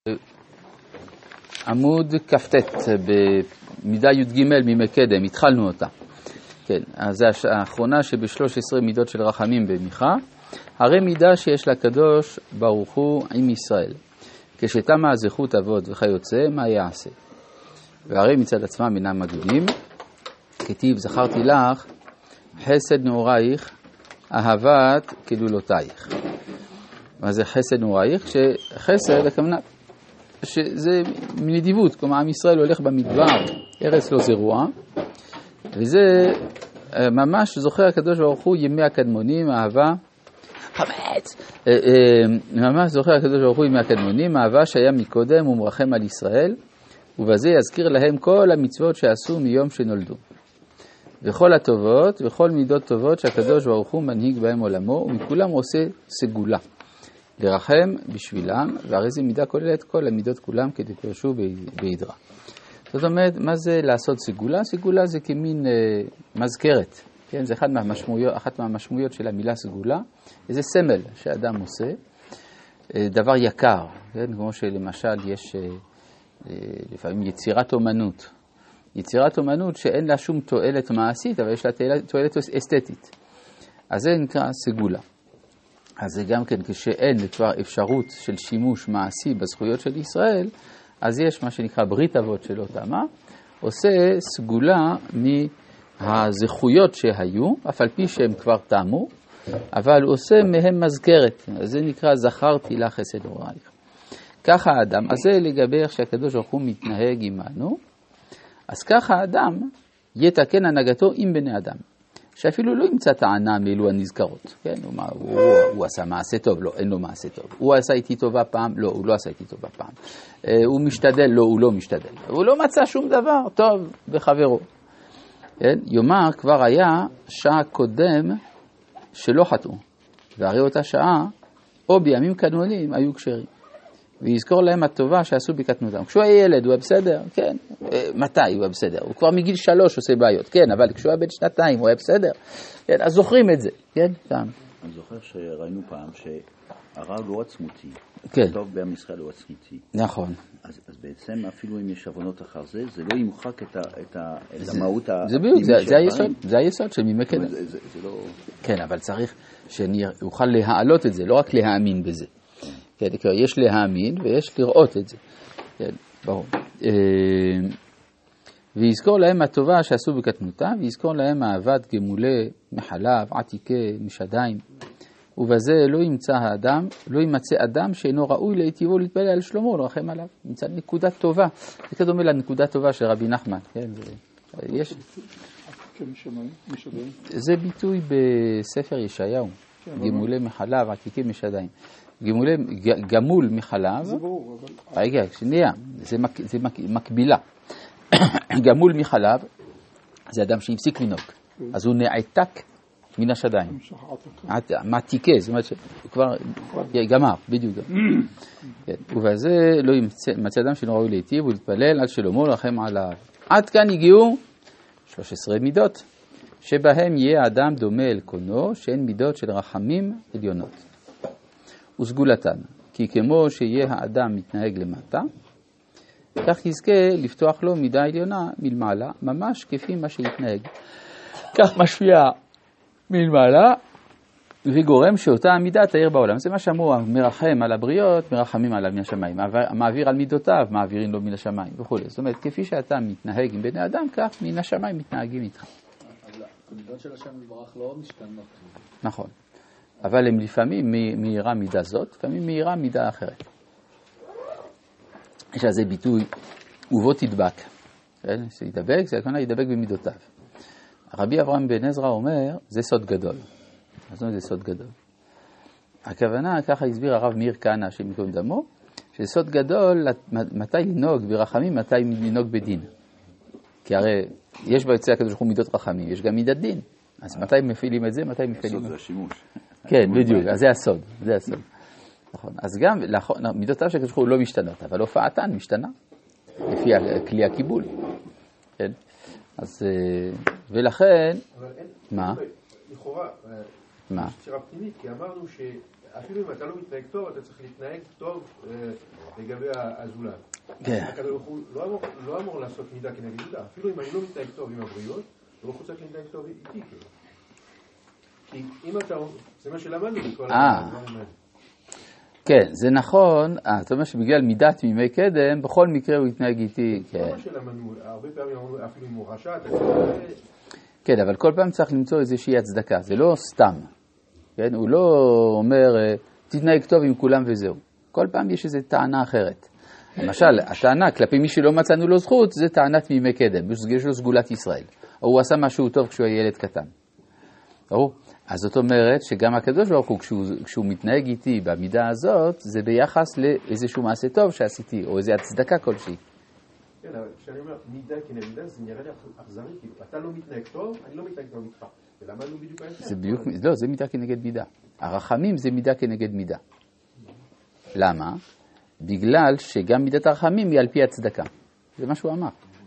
עמוד כ"ט במידה י"ג ממקדם, התחלנו אותה. כן, אז זה האחרונה שב-13 מידות של רחמים במיכה. הרי מידה שיש לקדוש ברוך הוא עם ישראל. כשתמה הזכות אבות וכיוצא, מה יעשה? והרי מצד עצמם אינם מגונים. כתיב זכרתי לך, חסד נעורייך, אהבת כדולותייך. מה זה חסד נעורייך? שחסד הכוונה שזה מנדיבות, כלומר עם ישראל הולך במדבר, ארץ לא זרוע, וזה ממש זוכר הקדוש ברוך הוא ימי הקדמונים, אהבה, חמץ, ממש זוכר הקדוש ברוך הוא ימי הקדמונים, אהבה שהיה מקודם ומרחם על ישראל, ובזה יזכיר להם כל המצוות שעשו מיום שנולדו. וכל הטובות וכל מידות טובות שהקדוש ברוך הוא מנהיג בהם עולמו, ומכולם עושה סגולה. לרחם בשבילם, והרי זה מידה כוללת כל המידות כולם כדי תרשו בהידרה. זאת אומרת, מה זה לעשות סגולה? סגולה זה כמין מזכרת, כן? זה אחת מהמשמעויות של המילה סגולה, איזה סמל שאדם עושה, דבר יקר, כן? כמו שלמשל יש לפעמים יצירת אומנות. יצירת אומנות שאין לה שום תועלת מעשית, אבל יש לה תועלת אסתטית. אז זה נקרא סגולה. אז זה גם כן כשאין כבר אפשרות של שימוש מעשי בזכויות של ישראל, אז יש מה שנקרא ברית אבות שלא תמה, עושה סגולה מהזכויות שהיו, אף על פי שהם כבר תמו, אבל הוא עושה מהם מזכרת, אז זה נקרא זכרתי לך חסד נעורייך. ככה האדם, אז זה לגבי איך שהקדוש ברוך הוא מתנהג עמנו, אז ככה האדם יתקן הנהגתו עם בני אדם. שאפילו לא ימצא טענה מאלו הנזכרות, כן? הוא עשה מעשה טוב, לא, אין לו מעשה טוב. הוא עשה איתי טובה פעם, לא, הוא לא עשה איתי טובה פעם. הוא משתדל, לא, הוא לא משתדל. הוא לא מצא שום דבר טוב בחברו. כן? יאמר כבר היה שעה קודם שלא חטאו, והרי אותה שעה, או בימים קדמונים, היו כשרים. ויזכור להם הטובה שעשו בקטנותם. כשהוא היה ילד, הוא היה בסדר, כן. מתי הוא היה בסדר? הוא כבר מגיל 3 עושה בעיות, כן, אבל כשהוא היה בן 2, הוא היה בסדר. כן, אז זוכרים את זה, כן, כאן. אני זוכר שראינו פעם שהרב לא עצמותי. כן. טוב בעם ישראל לא עצמותי. נכון. אז בעצם אפילו אם יש עבונות אחר זה, זה לא ימחק את המהות זה בדיוק, זה היסוד של מימי קדם. זה לא... כן, אבל צריך שאני אוכל להעלות את זה, לא רק להאמין בזה. כן, יש להאמין ויש לראות את זה. כן, ברור. ויזכור להם הטובה שעשו בקטנותם, ויזכור להם אהבת גמולי מחלב, עתיקי, משדיים. ובזה לא ימצא אדם שאינו ראוי להיטיבו להתפלל על שלמה ולרחם עליו. נמצא נקודה טובה. זה כדומה לנקודה טובה של רבי נחמן. כן, יש... זה ביטוי בספר ישעיהו. גמולי מחלב, עתיקי, משדיים. גמול מחלב, זה ברור, אבל... רגע, שנייה, זה מקבילה. גמול מחלב, זה אדם שהפסיק לנהוג, אז הוא נעתק מן השדיים. מעתיקה, זאת אומרת שהוא כבר גמר, בדיוק. ובזה לא ימצא אדם שאינו ראוי להיטיב ולהתפלל על שלמה ולרחם עליו. עד כאן הגיעו 13 מידות, שבהם יהיה האדם דומה אל קונו, שהן מידות של רחמים עליונות. וסגולתן, כי כמו שיהיה האדם מתנהג למטה, כך יזכה לפתוח לו מידה עליונה מלמעלה, ממש כפי מה שיתנהג. כך משפיע מלמעלה, וגורם שאותה המידה תאיר בעולם. זה מה שאמרו, מרחם על הבריות, מרחמים עליו מן השמיים. מעביר על מידותיו, מעבירים לו מן השמיים וכו'. זאת אומרת, כפי שאתה מתנהג עם בני אדם, כך מן השמיים מתנהגים איתך. אבל המידות של השם יתברך לא משתנות. נכון. אבל הם לפעמים מהירה מידה זאת, לפעמים מהירה מידה אחרת. יש לזה ביטוי, ובו תדבק. שידבק, זה הכוונה ידבק במידותיו. רבי אברהם בן עזרא אומר, זה סוד גדול. זאת אומרת, זה סוד גדול. הכוונה, ככה הסביר הרב מאיר כהנא, שמקום דמו, שזה סוד גדול, מתי לנהוג ברחמים, מתי לנהוג בדין. כי הרי יש ביוצא הקדוש ברוך הוא מידות רחמים, יש גם מידת דין. אז מתי מפעילים את זה, מתי מפעילים את זה? זה השימוש. כן, בדיוק, אז זה הסוד, זה הסוד. נכון, אז גם מידותיו של הקדוש ברוך הוא לא משתנות, אבל הופעתן משתנה, לפי כלי הקיבול. כן? אז, ולכן... אבל אין... מה? לכאורה, מה? יש סתירה פנימית, כי אמרנו אפילו אם אתה לא מתנהג טוב, אתה צריך להתנהג טוב לגבי הזולת. הקדוש ברוך הוא לא אמור לעשות מידה כנגד מידה. אפילו אם אני לא מתנהג טוב עם הבריאות, הוא צריך להתנהג טוב איתי. כי אם אתה... זה מה שלמדנו בכל הדברים האלה. כן, זה נכון. זאת אומרת שבגלל מידת מימי קדם, בכל מקרה הוא יתנהג איתי. זה מה שלמדנו. הרבה פעמים אמרו אפילו אם הוא רשע, אתה כן, אבל כל פעם צריך למצוא איזושהי הצדקה. זה לא סתם. כן? הוא לא אומר, תתנהג טוב עם כולם וזהו. כל פעם יש איזו טענה אחרת. למשל, הטענה כלפי מי שלא מצאנו לו זכות, זה טענת מימי קדם. יש לו סגולת ישראל. או הוא עשה משהו טוב כשהוא היה ילד קטן. ברור? אז זאת אומרת שגם הקדוש ברוך הוא, כשהוא מתנהג איתי במידה הזאת, זה ביחס לאיזשהו מעשה טוב שעשיתי, או איזו הצדקה כלשהי. כן, אבל כשאני אומר מידה כנגד מידה, זה נראה לי אכזרי, כאילו, אתה לא מתנהג טוב, אני לא מתנהג טוב איתך. ולמדנו בדיוק ההפך. זה בדיוק, לא, זה מידה כנגד מידה. הרחמים זה מידה כנגד מידה. למה? בגלל שגם מידת הרחמים היא על פי הצדקה. זה מה שהוא אמר.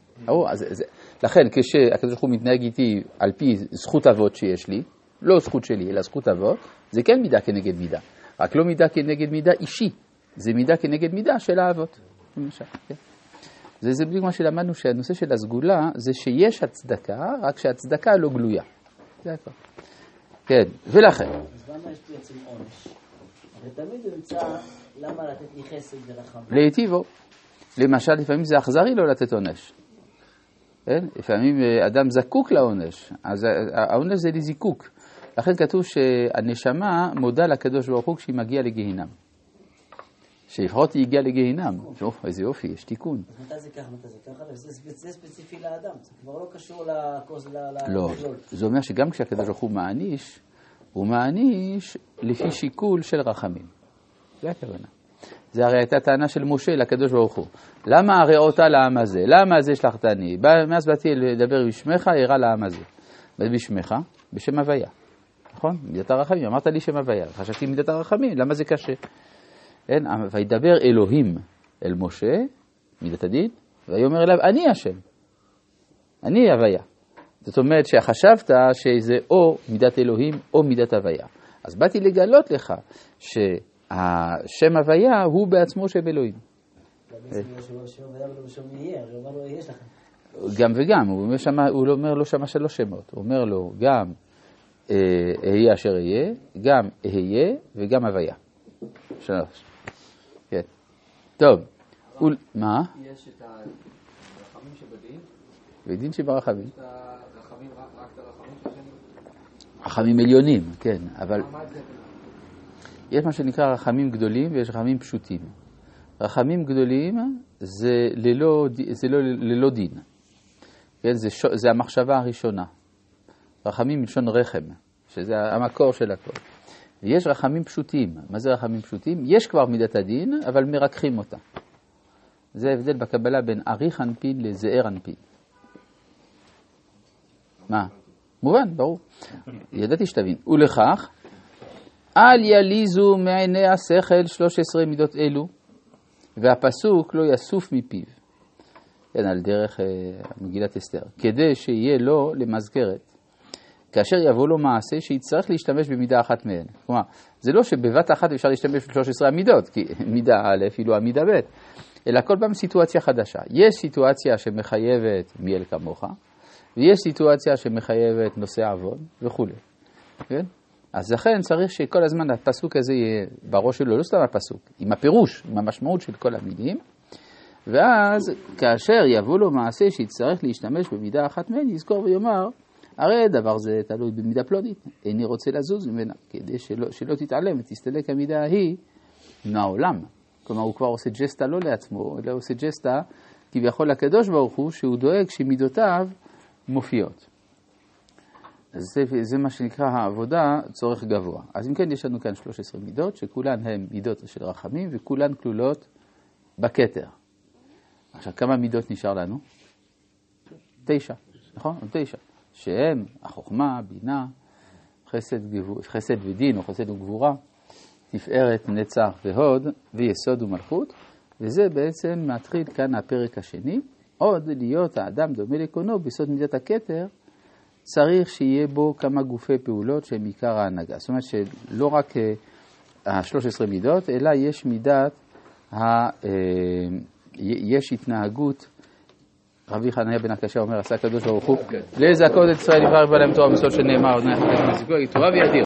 לכן, כשהקדוש ברוך הוא מתנהג איתי על פי זכות אבות שיש לי, לא זכות שלי, אלא זכות אבות, זה כן מידה כנגד מידה. רק לא מידה כנגד מידה אישי. זה מידה כנגד מידה של האבות. למשל, כן. זה בדיוק מה שלמדנו, שהנושא של הסגולה זה שיש הצדקה, רק שהצדקה לא גלויה. זה הכל. כן, ולכן. אז למה יש לי עצם עונש? אבל תמיד הוא ימצא למה לתת לי חסד ורחמים. להיטיבו. למשל, לפעמים זה אכזרי לא לתת עונש. כן? לפעמים אדם זקוק לעונש, אז העונש זה לזיקוק. לכן כתוב שהנשמה מודה לקדוש ברוך הוא כשהיא מגיעה לגיהינם. שלפחות היא הגיעה לגיהינם. איזה יופי, יש תיקון. אז מתי זה ככה, מתי זה ככה? זה ספציפי לאדם, זה כבר לא קשור לכוס, לא, זה אומר שגם כשהקדוש ברוך הוא מעניש, הוא מעניש לפי שיקול של רחמים. זה הכוונה. זה הרי הייתה טענה של משה לקדוש ברוך הוא. למה הראות לעם הזה? למה זה שלחתני? מאז באתי לדבר בשמך, הראה לעם הזה. בשמך, בשם הוויה. נכון? מידת הרחמים. אמרת לי שם הוויה. חשבתי מידת הרחמים. למה זה קשה? אין, וידבר אלוהים אל משה, מידת הדין, ויאמר אליו, אני השם. אני הוויה. זאת אומרת שחשבת שזה או מידת אלוהים או מידת הוויה. אז באתי לגלות לך שהשם הוויה הוא בעצמו שם אלוהים. גם וגם, הוא אומר לו שמה שלוש שמות. הוא אומר לו גם אהיה אשר אהיה, גם אהיה וגם הוויה. שלוש. כן. טוב. מה? יש את הרחמים שבדין. בדין שברחמים. יש את הרחמים, רק את הרחמים שלהם. רחמים עליונים, כן. אבל יש מה שנקרא רחמים גדולים ויש רחמים פשוטים. רחמים גדולים זה ללא דין. כן? זה המחשבה הראשונה. רחמים מלשון רחם, שזה המקור של הכל. ויש רחמים פשוטים. מה זה רחמים פשוטים? יש כבר מידת הדין, אבל מרככים אותה. זה ההבדל בקבלה בין אריך אנפין לזעיר אנפין. מה? מובן, ברור. ידעתי שתבין. ולכך, אל יליזו מעיני השכל 13 מידות אלו, והפסוק לא יסוף מפיו. כן, על דרך מגילת אסתר. כדי שיהיה לו למזכרת. כאשר יבוא לו מעשה שיצטרך להשתמש במידה אחת מהן. כלומר, זה לא שבבת אחת אפשר להשתמש ב-13 המידות, כי מידה א' היא לא המידה ב', אלא כל פעם סיטואציה חדשה. יש סיטואציה שמחייבת מיל כמוך, ויש סיטואציה שמחייבת נושא עוון וכו'. כן? אז לכן צריך שכל הזמן הפסוק הזה יהיה בראש שלו, לא סתם הפסוק, עם הפירוש, עם המשמעות של כל המילים, ואז כאשר יבוא לו מעשה שיצטרך להשתמש במידה אחת מהן, יזכור ויאמר, הרי דבר זה תלוי במידה פלונית, איני רוצה לזוז ממנה, כדי שלא תתעלם ותסתלק המידה ההיא מהעולם. כלומר, הוא כבר עושה ג'סטה לא לעצמו, אלא עושה ג'סטה כביכול לקדוש ברוך הוא, שהוא דואג שמידותיו מופיעות. אז זה מה שנקרא העבודה צורך גבוה. אז אם כן, יש לנו כאן 13 מידות, שכולן הן מידות של רחמים, וכולן כלולות בכתר. עכשיו, כמה מידות נשאר לנו? 9, נכון? 9. שהם החוכמה, בינה, חסד ודין או חסד וגבורה, תפארת, נצח והוד ויסוד ומלכות, וזה בעצם מתחיל כאן הפרק השני. עוד להיות האדם דומה לקונו בסוד מידת הכתר, צריך שיהיה בו כמה גופי פעולות שהם עיקר ההנהגה. זאת אומרת שלא רק ה-13 מידות, אלא יש מידת, יש התנהגות, רבי חניה בן הקשה אומר, עשה הקדוש ברוך הוא, לזכות את ישראל יברח בלהם תורה מסוד שנאמר, עוד נחת את מזיקו, תורה וידיר.